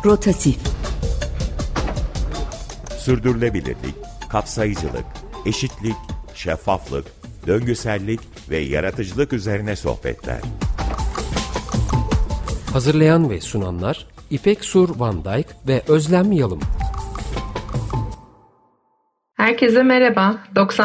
Rotatif. Sürdürülebilirlik, kapsayıcılık, eşitlik, şeffaflık, döngüsellik ve yaratıcılık üzerine sohbetler. Hazırlayan ve sunanlar İpek Sur Van Dijk ve Özlem Yalım. Herkese merhaba.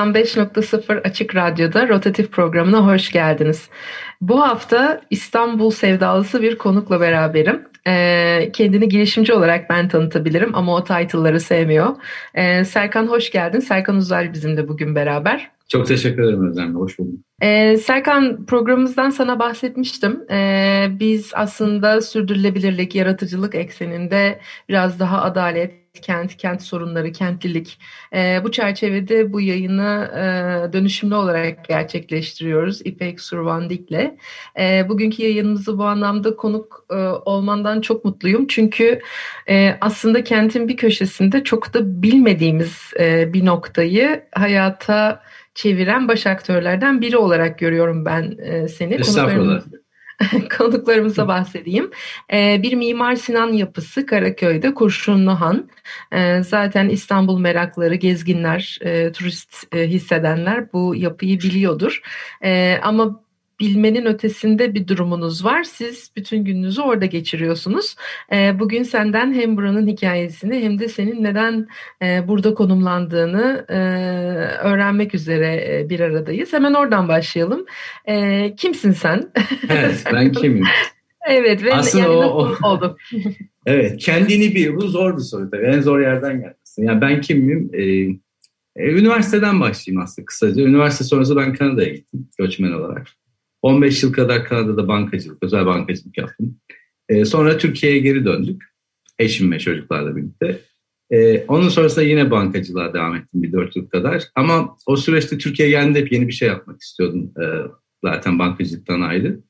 95.0 Açık Radyo'da Rotatif programına hoş geldiniz. Bu hafta İstanbul sevdalısı bir konukla beraberim. Kendini girişimci olarak ben tanıtabilirim ama o title'ları sevmiyor. Serkan hoş geldin. Serkan Uzal bizimle bugün beraber. Çok teşekkür ederim Özlem. Hoş bulduk. Serkan, programımızdan sana bahsetmiştim. Biz aslında sürdürülebilirlik, yaratıcılık ekseninde biraz daha adalet, kent sorunları, kentlilik. Bu çerçevede bu yayını dönüşümlü olarak gerçekleştiriyoruz İpek Sur Van Dijk'le. Bugünkü yayınımızı bu anlamda konuk olmandan çok mutluyum. Çünkü aslında kentin bir köşesinde çok da bilmediğimiz bir noktayı hayata çeviren baş aktörlerden biri olarak görüyorum ben seni. Estağfurullah. Konuklarımıza bahsedeyim. Bir Mimar Sinan yapısı Karaköy'de Kurşunlu Han. Zaten İstanbul merakları, gezginler, turist hissedenler bu yapıyı biliyordur. Ama bilmenin ötesinde bir durumunuz var. Siz bütün gününüzü orada geçiriyorsunuz. Bugün senden hem buranın hikayesini hem de senin neden burada konumlandığını öğrenmek üzere bir aradayız. Hemen oradan başlayalım. Kimsin sen? Evet, ben kimim? Evet. Ve aslında yani o oldu. Evet, kendini bu zor bir soru tabii. En zor yerden gelmesin. Yani ben kimim? Üniversiteden başlayayım aslında kısaca. Üniversite sonrası ben Kanada'ya gittim göçmen olarak. 15 yıl kadar Kanada'da bankacılık, özel bankacılık yaptım. Sonra Türkiye'ye geri döndük. Eşim ve çocuklarla birlikte. Onun sonrasında yine bankacılığa devam ettim bir 4 yıl kadar. Ama o süreçte Türkiye'ye geldiğimde hep yeni bir şey yapmak istiyordum. Zaten bankacılıktan ayrı.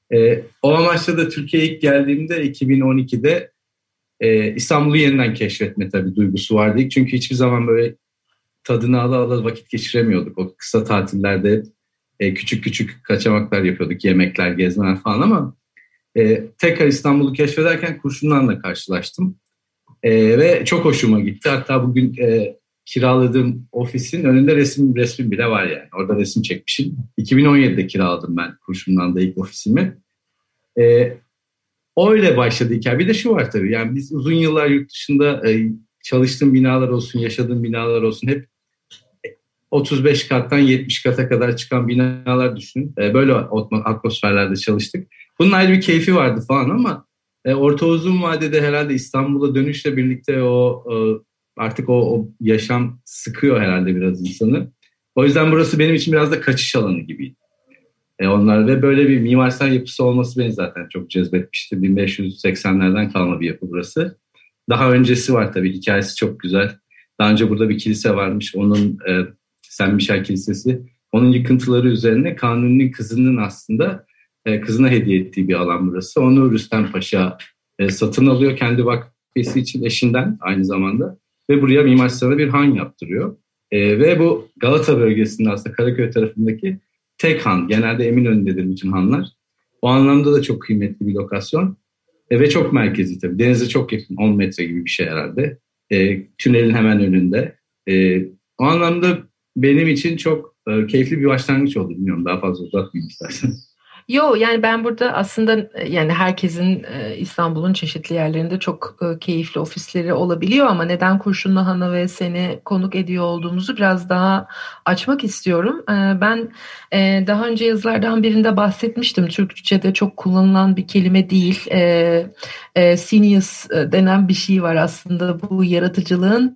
O amaçla da Türkiye'ye ilk geldiğimde 2012'de İstanbul'u yeniden keşfetme tabii duygusu vardı. Çünkü hiçbir zaman böyle tadını ala vakit geçiremiyorduk. O kısa tatillerde küçük küçük kaçamaklar yapıyorduk. Yemekler, gezmeler falan ama tekrar İstanbul'u keşfederken Kurşunlu'nla karşılaştım. Ve çok hoşuma gitti. Hatta bugün kiraladığım ofisin önünde resmim bile var yani. Orada resim çekmişim. 2017'de kiraladım ben Kurşunlu'da ilk ofisimi. Öyle başladı hikaye. Bir de şu var tabii. Yani biz uzun yıllar yurt dışında çalıştığım binalar olsun, yaşadığım binalar olsun hep 35 kattan 70 kata kadar çıkan binalar düşünün. Böyle atmosferlerde çalıştık. Bunun ayrı bir keyfi vardı falan ama orta uzun vadede herhalde İstanbul'a dönüşle birlikte artık o yaşam sıkıyor herhalde biraz insanı. O yüzden burası benim için biraz da kaçış alanı gibiydi. Onlar ve böyle bir Mimar Sinan yapısı olması beni zaten çok cezbetmişti. 1580'lerden kalma bir yapı burası. Daha öncesi var tabii, hikayesi çok güzel. Daha önce burada bir kilise varmış. Onun Saint Michel Kilisesi. Onun yıkıntıları üzerine Kanuni'nin kızının aslında kızına hediye ettiği bir alan burası. Onu Rüstem Paşa satın alıyor kendi vakfiyesi için, eşinden aynı zamanda. Ve buraya Mimar Sinan'a bir han yaptırıyor. Ve bu Galata bölgesinde aslında Karaköy tarafındaki tek han. Genelde Eminönü'ndedir bütün hanlar. O anlamda da çok kıymetli bir lokasyon. Ve çok merkezi tabii. Denize çok yakın. 10 metre gibi bir şey herhalde. Tünelin hemen önünde. O anlamda benim için çok keyifli bir başlangıç oldu. Bilmiyorum, daha fazla uzatmayayım istersen. Yani ben burada aslında yani herkesin İstanbul'un çeşitli yerlerinde çok keyifli ofisleri olabiliyor ama neden Kurşunlu Han'a ve seni konuk ediyor olduğumuzu biraz daha açmak istiyorum. Ben daha önce yazılardan birinde bahsetmiştim. Türkçe'de çok kullanılan bir kelime değil. Genius denen bir şey var aslında. Bu yaratıcılığın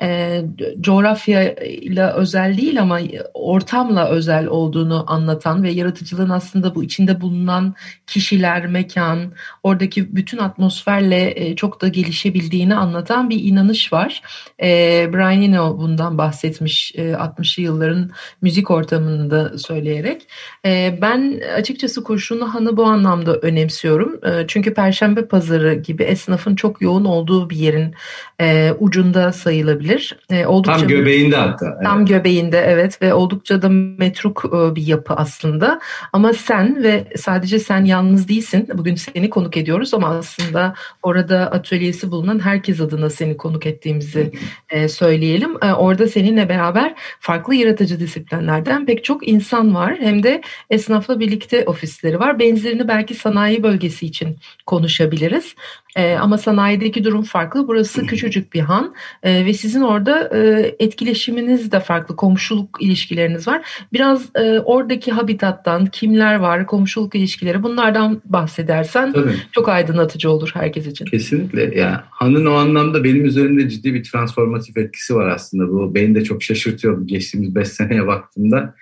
coğrafyayla özel değil ama ortamla özel olduğunu anlatan ve yaratıcılığın aslında bu içinde bulunan kişiler, mekan, oradaki bütün atmosferle çok da gelişebildiğini anlatan bir inanış var. Brian Eno bundan bahsetmiş 60'lı yılların müzik ortamında söyleyerek. Ben açıkçası Kurşunlu Han'ı bu anlamda önemsiyorum. Çünkü Perşembe Pazarı gibi esnafın çok yoğun olduğu bir yerin ucunda sayılabilir. Tam göbeğinde hatta. Evet. Tam göbeğinde, evet, ve oldukça da metruk bir yapı aslında. Ama sen ve ve sadece sen yalnız değilsin. Bugün seni konuk ediyoruz ama aslında orada atölyesi bulunan herkes adına seni konuk ettiğimizi söyleyelim. Orada seninle beraber farklı yaratıcı disiplinlerden pek çok insan var. Hem de esnafla birlikte ofisleri var. Benzerini belki sanayi bölgesi için konuşabiliriz. Ama sanayideki durum farklı. Burası küçücük bir han ve sizin orada etkileşiminiz de farklı. Komşuluk ilişkileriniz var. Biraz oradaki habitattan, kimler var, komşuluk ilişkileri, bunlardan bahsedersen tabii çok aydınlatıcı olur herkes için. Kesinlikle. Yani hanın o anlamda benim üzerimde ciddi bir transformatif etkisi var aslında. Bu beni de çok şaşırtıyor geçtiğimiz 5 seneye baktığımda.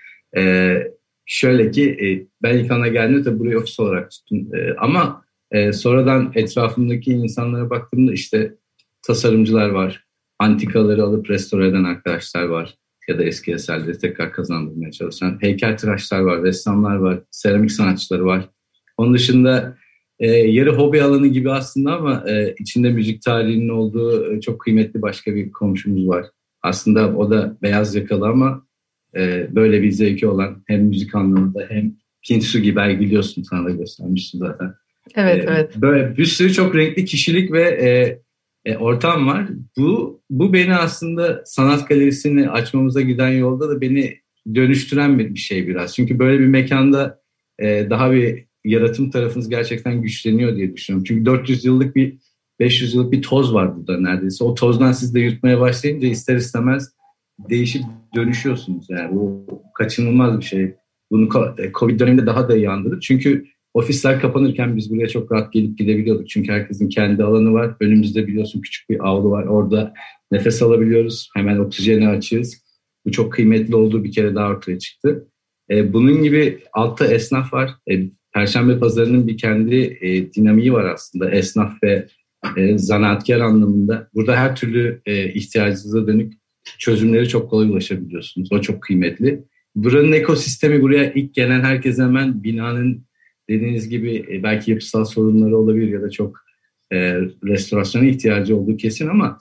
Şöyle ki ben ilk hana geldiğimde de burayı ofis olarak tuttum. Ama sonradan etrafımdaki insanlara baktığımda işte tasarımcılar var, antikaları alıp restore eden arkadaşlar var ya da eski eserleri tekrar kazandırmaya çalışan heykeltıraşlar var, ressamlar var, seramik sanatçıları var. Onun dışında yarı hobi alanı gibi aslında ama içinde müzik tarihinin olduğu çok kıymetli başka bir komşumuz var. Aslında o da beyaz yakalı ama böyle bir zevki olan hem müzik anlamında hem Kintsugi belki biliyorsun, sana da göstermiştim zaten. Evet, evet. Böyle bir sürü çok renkli kişilik ve ortam var. Bu beni aslında sanat galerisini açmamıza giden yolda da beni dönüştüren bir şey biraz. Çünkü böyle bir mekanda daha bir yaratım tarafınız gerçekten güçleniyor diye düşünüyorum. Çünkü 400 yıllık 500 yıllık bir toz var burada neredeyse. O tozdan siz de yutmaya başlayınca ister istemez değişip dönüşüyorsunuz. Yani bu kaçınılmaz bir şey. Bunu Covid döneminde daha da iyi anladık. Çünkü ofisler kapanırken biz buraya çok rahat gelip gidebiliyorduk. Çünkü herkesin kendi alanı var. Önümüzde biliyorsun küçük bir avlu var. Orada nefes alabiliyoruz. Hemen oksijeni açığız. Bu çok kıymetli olduğu bir kere daha ortaya çıktı. Bunun gibi altta esnaf var. Perşembe Pazarı'nın bir kendi dinamiği var aslında. Esnaf ve zanaatkar anlamında. Burada her türlü ihtiyacınıza dönük çözümleri çok kolay ulaşabiliyorsunuz. O çok kıymetli. Buranın ekosistemi, buraya ilk gelen herkes hemen binanın dediğiniz gibi belki yapısal sorunları olabilir ya da çok restorasyona ihtiyacı olduğu kesin ama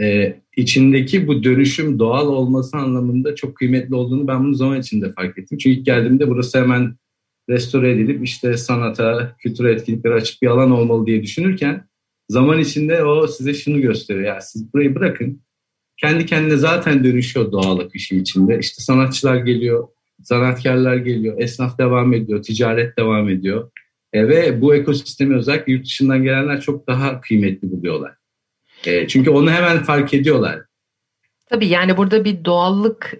içindeki bu dönüşüm doğal olması anlamında çok kıymetli olduğunu ben bunu zaman içinde fark ettim. Çünkü ilk geldiğimde burası hemen restore edilip işte sanata, kültür etkinliklere açık bir alan olmalı diye düşünürken zaman içinde o size şunu gösteriyor. Ya siz burayı bırakın. Kendi kendine zaten dönüşüyor doğal akışı içinde. İşte sanatçılar geliyor, sanatkarlar geliyor, esnaf devam ediyor, ticaret devam ediyor. Ve bu ekosistemi özellikle yurt dışından gelenler çok daha kıymetli buluyorlar. Çünkü onu hemen fark ediyorlar. Tabii yani burada bir doğallık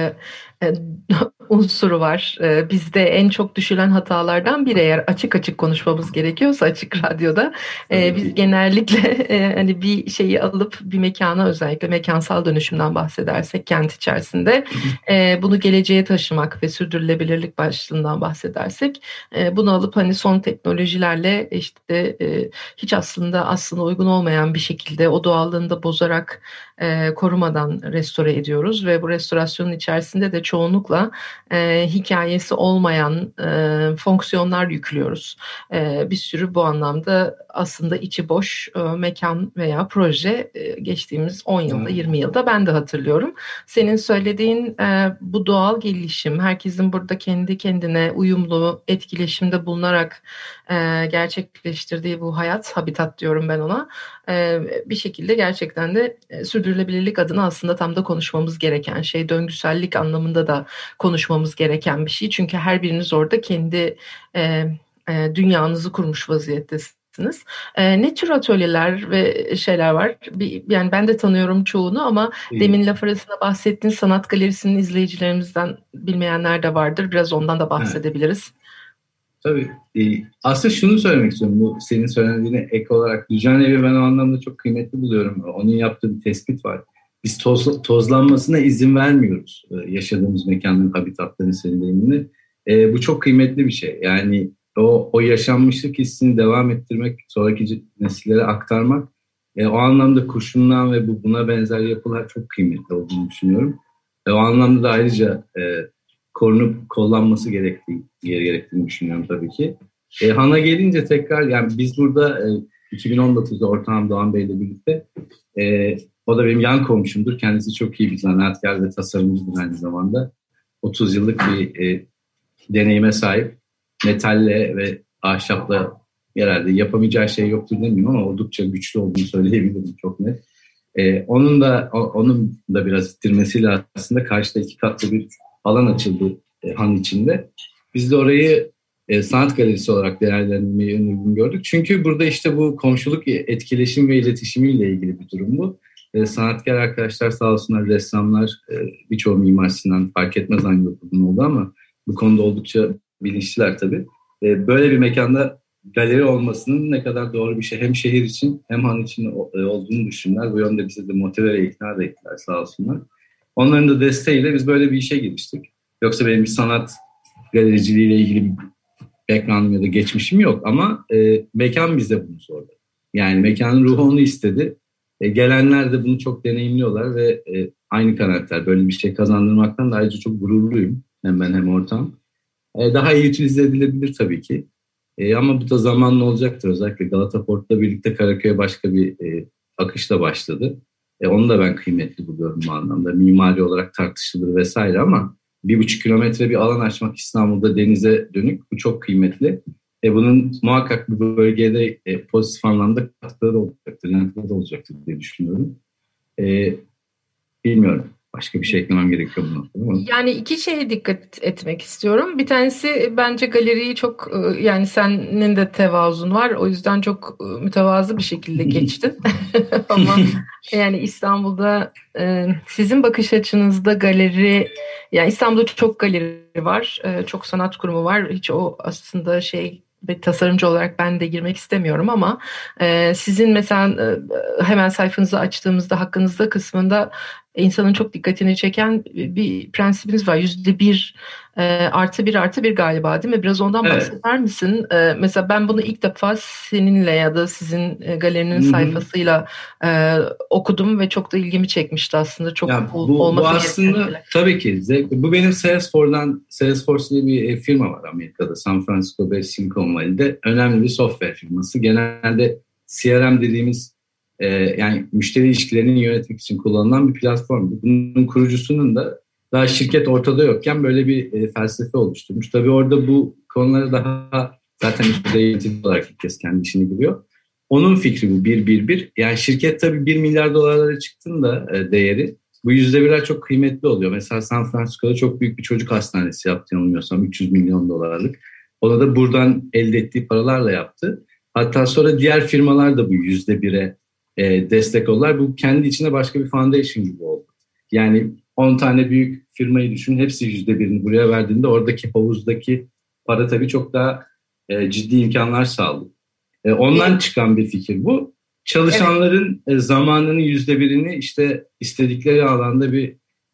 unsuru var. Bizde en çok düşülen hatalardan biri, eğer açık açık konuşmamız gerekiyorsa açık radyoda biz genellikle hani bir şeyi alıp bir mekana, özellikle mekansal dönüşümden bahsedersek kent içerisinde bunu geleceğe taşımak ve sürdürülebilirlik başlığından bahsedersek bunu alıp hani son teknolojilerle işte hiç aslında uygun olmayan bir şekilde o doğallığını da bozarak korumadan restore ediyoruz ve bu restorasyonun içerisinde de çoğunlukla hikayesi olmayan fonksiyonlar yüklüyoruz. Bir sürü bu anlamda aslında içi boş mekan veya proje geçtiğimiz 10 yılda 20 yılda ben de hatırlıyorum. Senin söylediğin bu doğal gelişim, herkesin burada kendi kendine uyumlu etkileşimde bulunarak gerçekleştirdiği bu hayat, habitat diyorum ben ona, bir şekilde gerçekten de sürdürülebilirlik adına aslında tam da konuşmamız gereken şey, döngüsellik anlamında da konuşmamız gereken bir şey. Çünkü her biriniz orada kendi dünyanızı kurmuş vaziyettesiniz. Ne tür atölyeler ve şeyler var? Yani ben de tanıyorum çoğunu ama demin laf arasında bahsettiğin sanat galerisinin izleyicilerimizden bilmeyenler de vardır. Biraz ondan da bahsedebiliriz. Tabii. Aslında şunu söylemek istiyorum. Bu senin söylediğine ek olarak Düzen Evi ben o anlamda çok kıymetli buluyorum. Onun yaptığı bir tespit var. Biz tozlanmasına izin vermiyoruz yaşadığımız mekanların, habitatların, senin deyimini. Bu çok kıymetli bir şey. Yani o yaşanmışlık hissini devam ettirmek, sonraki nesillere aktarmak, o anlamda kurşunlan ve buna benzer yapılar çok kıymetli olduğunu düşünüyorum. O anlamda da ayrıca korunup kollanması gerektiğini düşünüyorum tabii ki. Han'a gelince tekrar, yani biz burada 2019'da ortağım Doğan Bey'le birlikte, o da benim yan komşumdur. Kendisi çok iyi bir zanaatkar ve tasarımcıdır aynı zamanda. 30 yıllık bir deneyime sahip. metalle ve ahşapla herhalde yapamayacağı şey yoktur demiyorum ama oldukça güçlü olduğunu söyleyebilirim çok net. Onun da biraz ittirmesiyle aslında karşıda 2 katlı bir alan açıldı han içinde. Biz de orayı sanat galerisi olarak değerlendirmeyi uygun gördük. Çünkü burada işte bu komşuluk etkileşim ve iletişimiyle ilgili bir durum bu. Sanatkar arkadaşlar sağ olsunlar, ressamlar, birçoğu Mimar Sinan, fark etmez hangi okulun oldu ama bu konuda oldukça bilinçliler tabii. Böyle bir mekanda galeri olmasının ne kadar doğru bir şey hem şehir için hem han için olduğunu düşündüler. Bu yönde bize de motive ve ikna da ettiler sağ olsunlar. Onların da desteğiyle biz böyle bir işe giriştik. Yoksa benim bir sanat galericiliğiyle ilgili bir background'um ya da geçmişim yok ama mekan bize bunu sordu. Yani mekanın ruhu onu istedi. Gelenler de bunu çok deneyimliyorlar ve aynı karakter böyle bir şey kazandırmaktan da ayrıca çok gururluyum. Hem ben hem ortam. Daha iyi utilize edilebilir tabii ki. Ama bu da zamanla olacaktır. Özellikle Galata Port'la birlikte Karaköy'e başka bir akışla başladı. Onu da ben kıymetli buluyorum bu anlamda. Mimari olarak tartışılır vesaire ama 1,5 kilometre bir alan açmak İstanbul'da denize dönük. Bu çok kıymetli. Bunun muhakkak bu bölgede pozitif anlamda katkıları olacaktır, yankıları olacaktır diye düşünüyorum. Bilmiyorum. Başka bir şey eklemem gerekiyor bu noktada. Yani 2 şeye dikkat etmek istiyorum. Bir tanesi bence galeriyi çok yani senin de tevazun var. O yüzden çok mütevazı bir şekilde geçtin. Ama yani İstanbul'da sizin bakış açınızda galeri, yani İstanbul'da çok galeri var. Çok sanat kurumu var. Hiç o aslında bir tasarımcı olarak ben de girmek istemiyorum ama sizin mesela hemen sayfanızı açtığımızda hakkınızda kısmında insanın çok dikkatini çeken bir prensibiniz var. %1 +1 galiba değil mi? Biraz ondan bahseder misin? Mesela ben bunu ilk defa seninle ya da sizin galerinin sayfasıyla okudum ve çok da ilgimi çekmişti aslında. Çok bu aslında tabii ki bu benim Salesforce diye bir firma var Amerika'da, San Francisco ve Silicon Valley'de önemli bir software firması. Genelde CRM dediğimiz yani müşteri ilişkilerini yönetmek için kullanılan bir platform. Bunun kurucusunun da daha şirket ortada yokken böyle bir felsefe oluşturmuş. Tabii orada bu konuları daha zaten üstüde yönetim olarak ilk kez kendi işine giriyor. Onun fikri bu 1-1-1. Yani şirket tabii 1 milyar dolarlara çıktığında değeri bu %1'ler çok kıymetli oluyor. Mesela San Francisco'da çok büyük bir çocuk hastanesi yaptı yanılmıyorsam 300 milyon dolarlık. Ona da buradan elde ettiği paralarla yaptı. Hatta sonra diğer firmalar da bu %1'e destek oldular. Bu kendi içinde başka bir foundation gibi oldu. Yani 10 tane büyük firmayı düşün. Hepsi %1'ini buraya verdiğinde oradaki havuzdaki para tabii çok daha ciddi imkanlar sağlıyor. Ondan çıkan bir fikir bu. Çalışanların zamanının %1'ini işte istedikleri alanda bir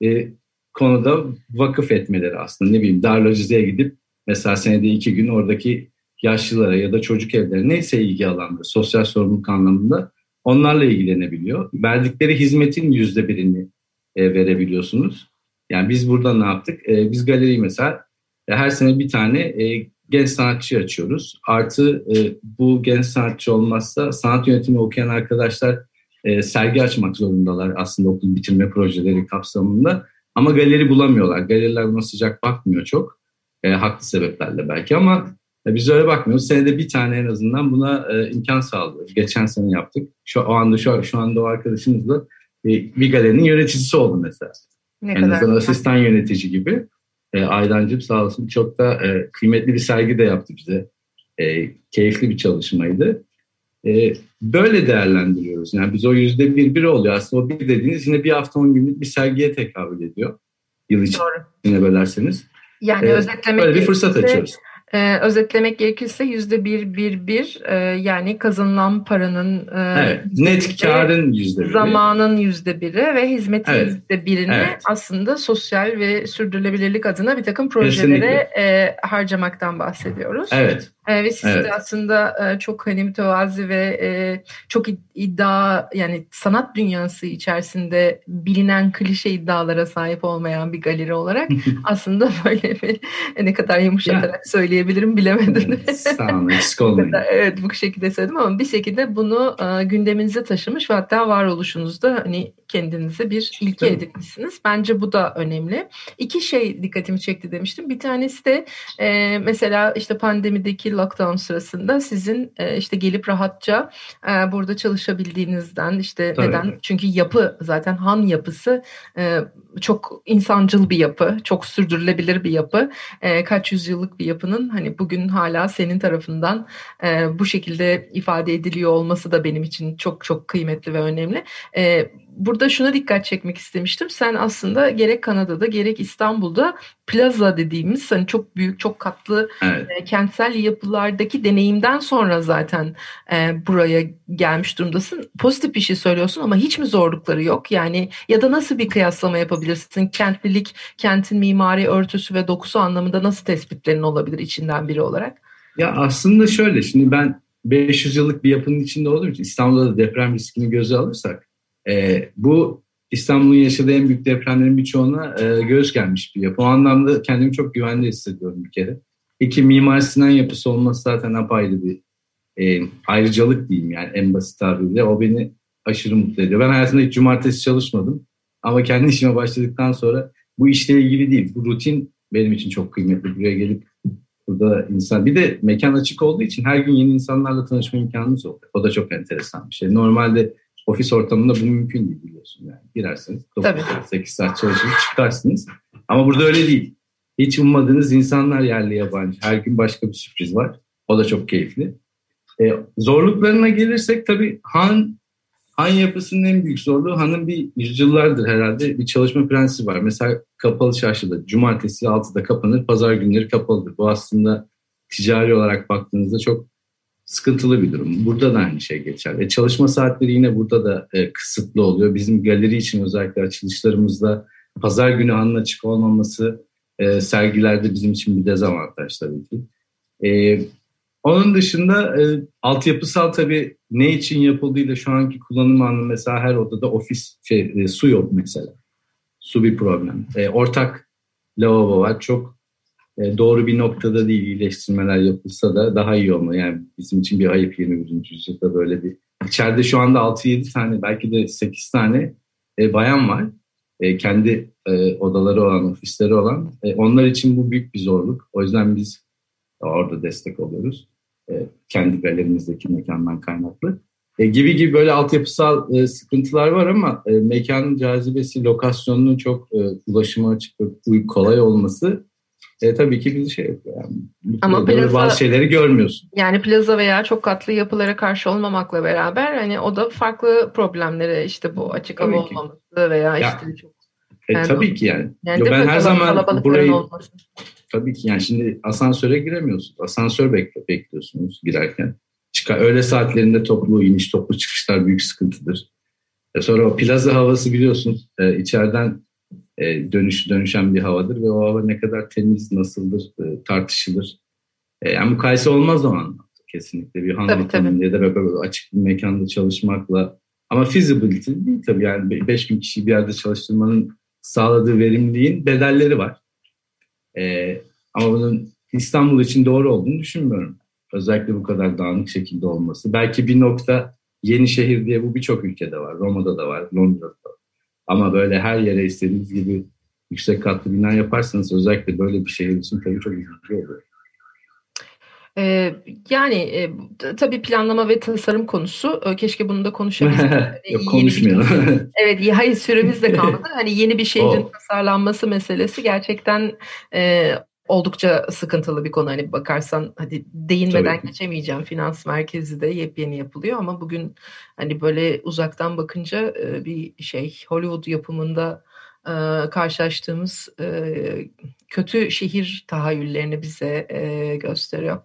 konuda vakıf etmeleri aslında. Ne bileyim Darülaciz'e gidip mesela senede 2 gün oradaki yaşlılara ya da çocuk evleri neyse ilgi alanında, sosyal sorumluluk anlamında onlarla ilgilenebiliyor. Verdikleri hizmetin %1'ini verebiliyorsunuz. Yani biz burada ne yaptık? Biz galeriyi mesela her sene bir tane genç sanatçı açıyoruz. Artı bu genç sanatçı olmazsa sanat yönetimi okuyan arkadaşlar sergi açmak zorundalar aslında okul bitirme projeleri kapsamında. Ama galeri bulamıyorlar. Galeriler buna sıcak bakmıyor çok. Haklı sebeplerle belki ama biz öyle bakmıyoruz. Senede bir tane en azından buna imkan sağlıyoruz. Geçen sene yaptık. Şu anda o arkadaşımızla bir galerinin yöneticisi oldu mesela. En azından asistan yönetici gibi. Aydancığım sağ olsun çok da kıymetli bir sergi de yaptı bize. Keyifli bir çalışmaydı. Böyle değerlendiriyoruz. Yani biz o %1 oluyor. Aslında o bir dediğiniz yine bir hafta 10 günlük bir sergiye tekabül ediyor. Yıl içine bölerseniz. Yani özetlemek böyle bir fırsat açıyoruz. Özetlemek gerekirse %1 yani kazanılan paranın net karın %1'i, zamanın %1'i ve hizmetin %1'ini aslında sosyal ve sürdürülebilirlik adına bir takım projelere harcamaktan bahsediyoruz. Evet. Ve siz de aslında çok hani mütevazi ve çok iddia, yani sanat dünyası içerisinde bilinen klişe iddialara sahip olmayan bir galeri olarak aslında böyle bir, ne kadar yumuşatarak söyleyebilirim bilemedim. Sağ olun, eksik olmayın. Evet, bu şekilde söyledim ama bir şekilde bunu gündeminize taşımış ve hatta varoluşunuzda hani kendinize bir ilke edinmişsiniz. Bence bu da önemli. İki şey dikkatimi çekti demiştim. Bir tanesi de mesela işte pandemideki lockdown sırasında sizin işte gelip rahatça burada çalışabildiğinizden, işte Tabii. Neden? Çünkü yapı zaten Han yapısı çok insancıl bir yapı, çok sürdürülebilir bir yapı. Kaç yüzyıllık bir yapının hani bugün hala senin tarafından bu şekilde ifade ediliyor olması da benim için çok çok kıymetli ve önemli. Burada şuna dikkat çekmek istemiştim. Sen aslında gerek Kanada'da gerek İstanbul'da plaza dediğimiz hani çok büyük, çok katlı kentsel yapılardaki deneyimden sonra zaten buraya gelmiş durumdasın. Pozitif bir şey söylüyorsun ama hiç mi zorlukları yok? Yani ya da nasıl bir kıyaslama yapabilirsin? Kentlilik, kentin mimari örtüsü ve dokusu anlamında nasıl tespitlerin olabilir içinden biri olarak? Ya aslında şöyle, şimdi ben 500 yıllık bir yapının içinde olduğum için İstanbul'da da deprem riskini göze alırsak bu İstanbul'un yaşadığı en büyük depremlerin birçoğuna göz gelmiş bir yapı. O anlamda kendimi çok güvende hissediyorum bir kere. İki, Mimar Sinan yapısı olması zaten apayrı bir ayrıcalık diyeyim, yani en basit tabiriyle. O beni aşırı mutlu ediyor. Ben hayatımda hiç cumartesi çalışmadım ama kendi işime başladıktan sonra bu işle ilgili değil. Bu rutin benim için çok kıymetli. Buraya gelip burada insan, bir de mekan açık olduğu için her gün yeni insanlarla tanışma imkanınız oluyor. O da çok enteresan bir şey. Normalde ofis ortamında bu mümkün değil, biliyorsun yani. Girersiniz 9-8 saat çalışıp çıkarsınız. Ama burada öyle değil. Hiç ummadığınız insanlar, yerli yabancı. Her gün başka bir sürpriz var. O da çok keyifli. Zorluklarına gelirsek tabii Han yapısının en büyük zorluğu, Han'ın bir yüzyıllardır herhalde bir çalışma prensibi var. Mesela kapalı çarşıda cumartesi 6'da kapanır, pazar günleri kapalıdır. Bu aslında ticari olarak baktığınızda çok sıkıntılı bir durum. Burada da aynı şey geçer. Çalışma saatleri yine burada da kısıtlı oluyor. Bizim galeri için özellikle açılışlarımızda pazar günü Han'ın açık olmaması sergilerde bizim için bir dezavantaj tabii ki. Onun dışında altyapısal tabii ne için yapıldığıyla şu anki kullanım anı, mesela her odada ofis su yok mesela. Su bir problem. Ortak lavabo var. Çok doğru bir noktada değil, iyileştirmeler yapılsa da daha iyi olmalı. Yani bizim için bir ayıp 21. yüzyılda böyle bir. İçeride şu anda 6-7 tane, belki de 8 tane bayan var. Kendi odaları olan, ofisleri olan. Onlar için bu büyük bir zorluk. O yüzden biz orada destek oluyoruz. Kendi galerimizdeki mekandan kaynaklı. Gibi böyle altyapısal sıkıntılar var ama mekanın cazibesi, lokasyonunun çok ulaşıma açık ve kolay olması tabii ki bizi şey yapıyor. Yani, ama bazı şeyleri görmüyorsun. Yani plaza veya çok katlı yapılara karşı olmamakla beraber hani o da farklı problemlere, işte bu açık hava olmaması veya işte çok. Tabii ki yani. Ben her zaman burayı tabii ki yani şimdi asansöre giremiyorsun. Asansör bekliyorsunuz girerken. Öğle saatlerinde toplu iniş, toplu çıkışlar büyük sıkıntıdır. Sonra o plaza havası biliyorsunuz içeriden dönüşen bir havadır ve o hava ne kadar temiz, nasıldır tartışılır. Yani mukayese olmaz o anlamda kesinlikle bir Han ortamında ya da böyle açık bir mekanda çalışmakla. Ama feasibility değil tabii, yani 5.000 kişiyi bir yerde çalıştırmanın sağladığı verimliliğin bedelleri var. Ama bunun İstanbul için doğru olduğunu düşünmüyorum. Özellikle bu kadar dağınık şekilde olması. Belki bir nokta, Yenişehir diye, bu birçok ülkede var. Roma'da da var, Londra'da da var. Ama böyle her yere istediğiniz gibi yüksek katlı bina yaparsanız, özellikle böyle bir şehir için tabii çok üzücü oluyor. Yani tabii planlama ve tasarım konusu, keşke bunu da konuşabilsek. Yok, konuşmayalım. Evet, hayır, süremiz de kalmadı. Hani yeni bir şehrin tasarlanması meselesi gerçekten oldukça sıkıntılı bir konu. Hani bakarsan, hadi değinmeden geçemeyeceğim. Finans merkezi de yepyeni yapılıyor ama bugün hani böyle uzaktan bakınca bir Hollywood yapımında karşılaştığımız kötü şehir tahayyüllerini bize gösteriyor.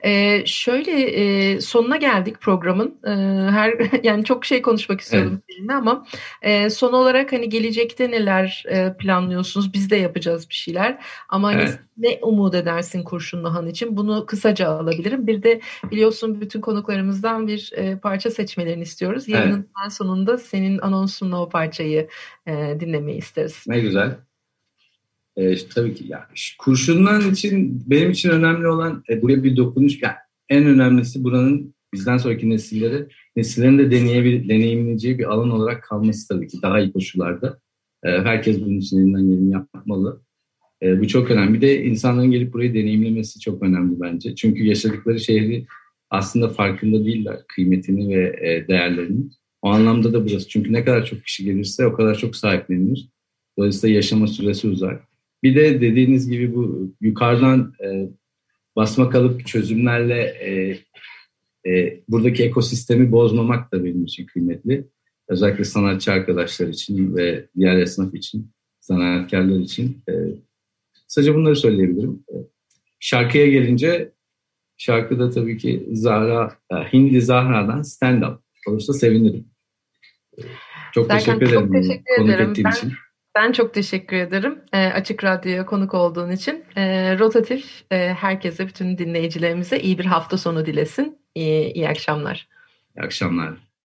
Sonuna geldik programın. Yani çok şey konuşmak istiyordum seninle ama son olarak hani gelecekte neler planlıyorsunuz? Biz de yapacağız bir şeyler. Ama hani ne umut edersin Kurşunlu Han için? Bunu kısaca alabilirim. Bir de biliyorsun bütün konuklarımızdan bir parça seçmelerini istiyoruz. Yayının sonunda senin anonsunla o parçayı dinlemeyi isteriz. Ne güzel. Tabii ki yani Kurşunlu Han için benim için önemli olan buraya bir dokunuş. Yani en önemlisi buranın bizden sonraki nesillerin de deneyimleyeceği bir alan olarak kalması tabii ki daha iyi koşullarda. Herkes bunun için elinden geleni yapmalı. Bu çok önemli. Bir de insanların gelip burayı deneyimlemesi çok önemli bence. Çünkü yaşadıkları şehri aslında farkında değiller kıymetini ve değerlerini. O anlamda da burası. Çünkü ne kadar çok kişi gelirse o kadar çok sahiplenilir. Dolayısıyla yaşama süresi uzar. Bir de dediğiniz gibi bu yukarıdan basma kalıp çözümlerle buradaki ekosistemi bozmamak da benim için kıymetli. Özellikle sanatçı arkadaşlar için ve diğer esnaf için, sanatkarlar için. Sadece bunları söyleyebilirim. Şarkıya gelince, şarkıda tabii ki Hindi Zahra'dan Stand Up olursa sevinirim. Çok teşekkür ederim. Çok teşekkür konuk ederim. ettiğin için. Ben çok teşekkür ederim Açık Radyo'ya konuk olduğun için. Rotatif herkese, bütün dinleyicilerimize iyi bir hafta sonu dilesin. İyi akşamlar. İyi akşamlar.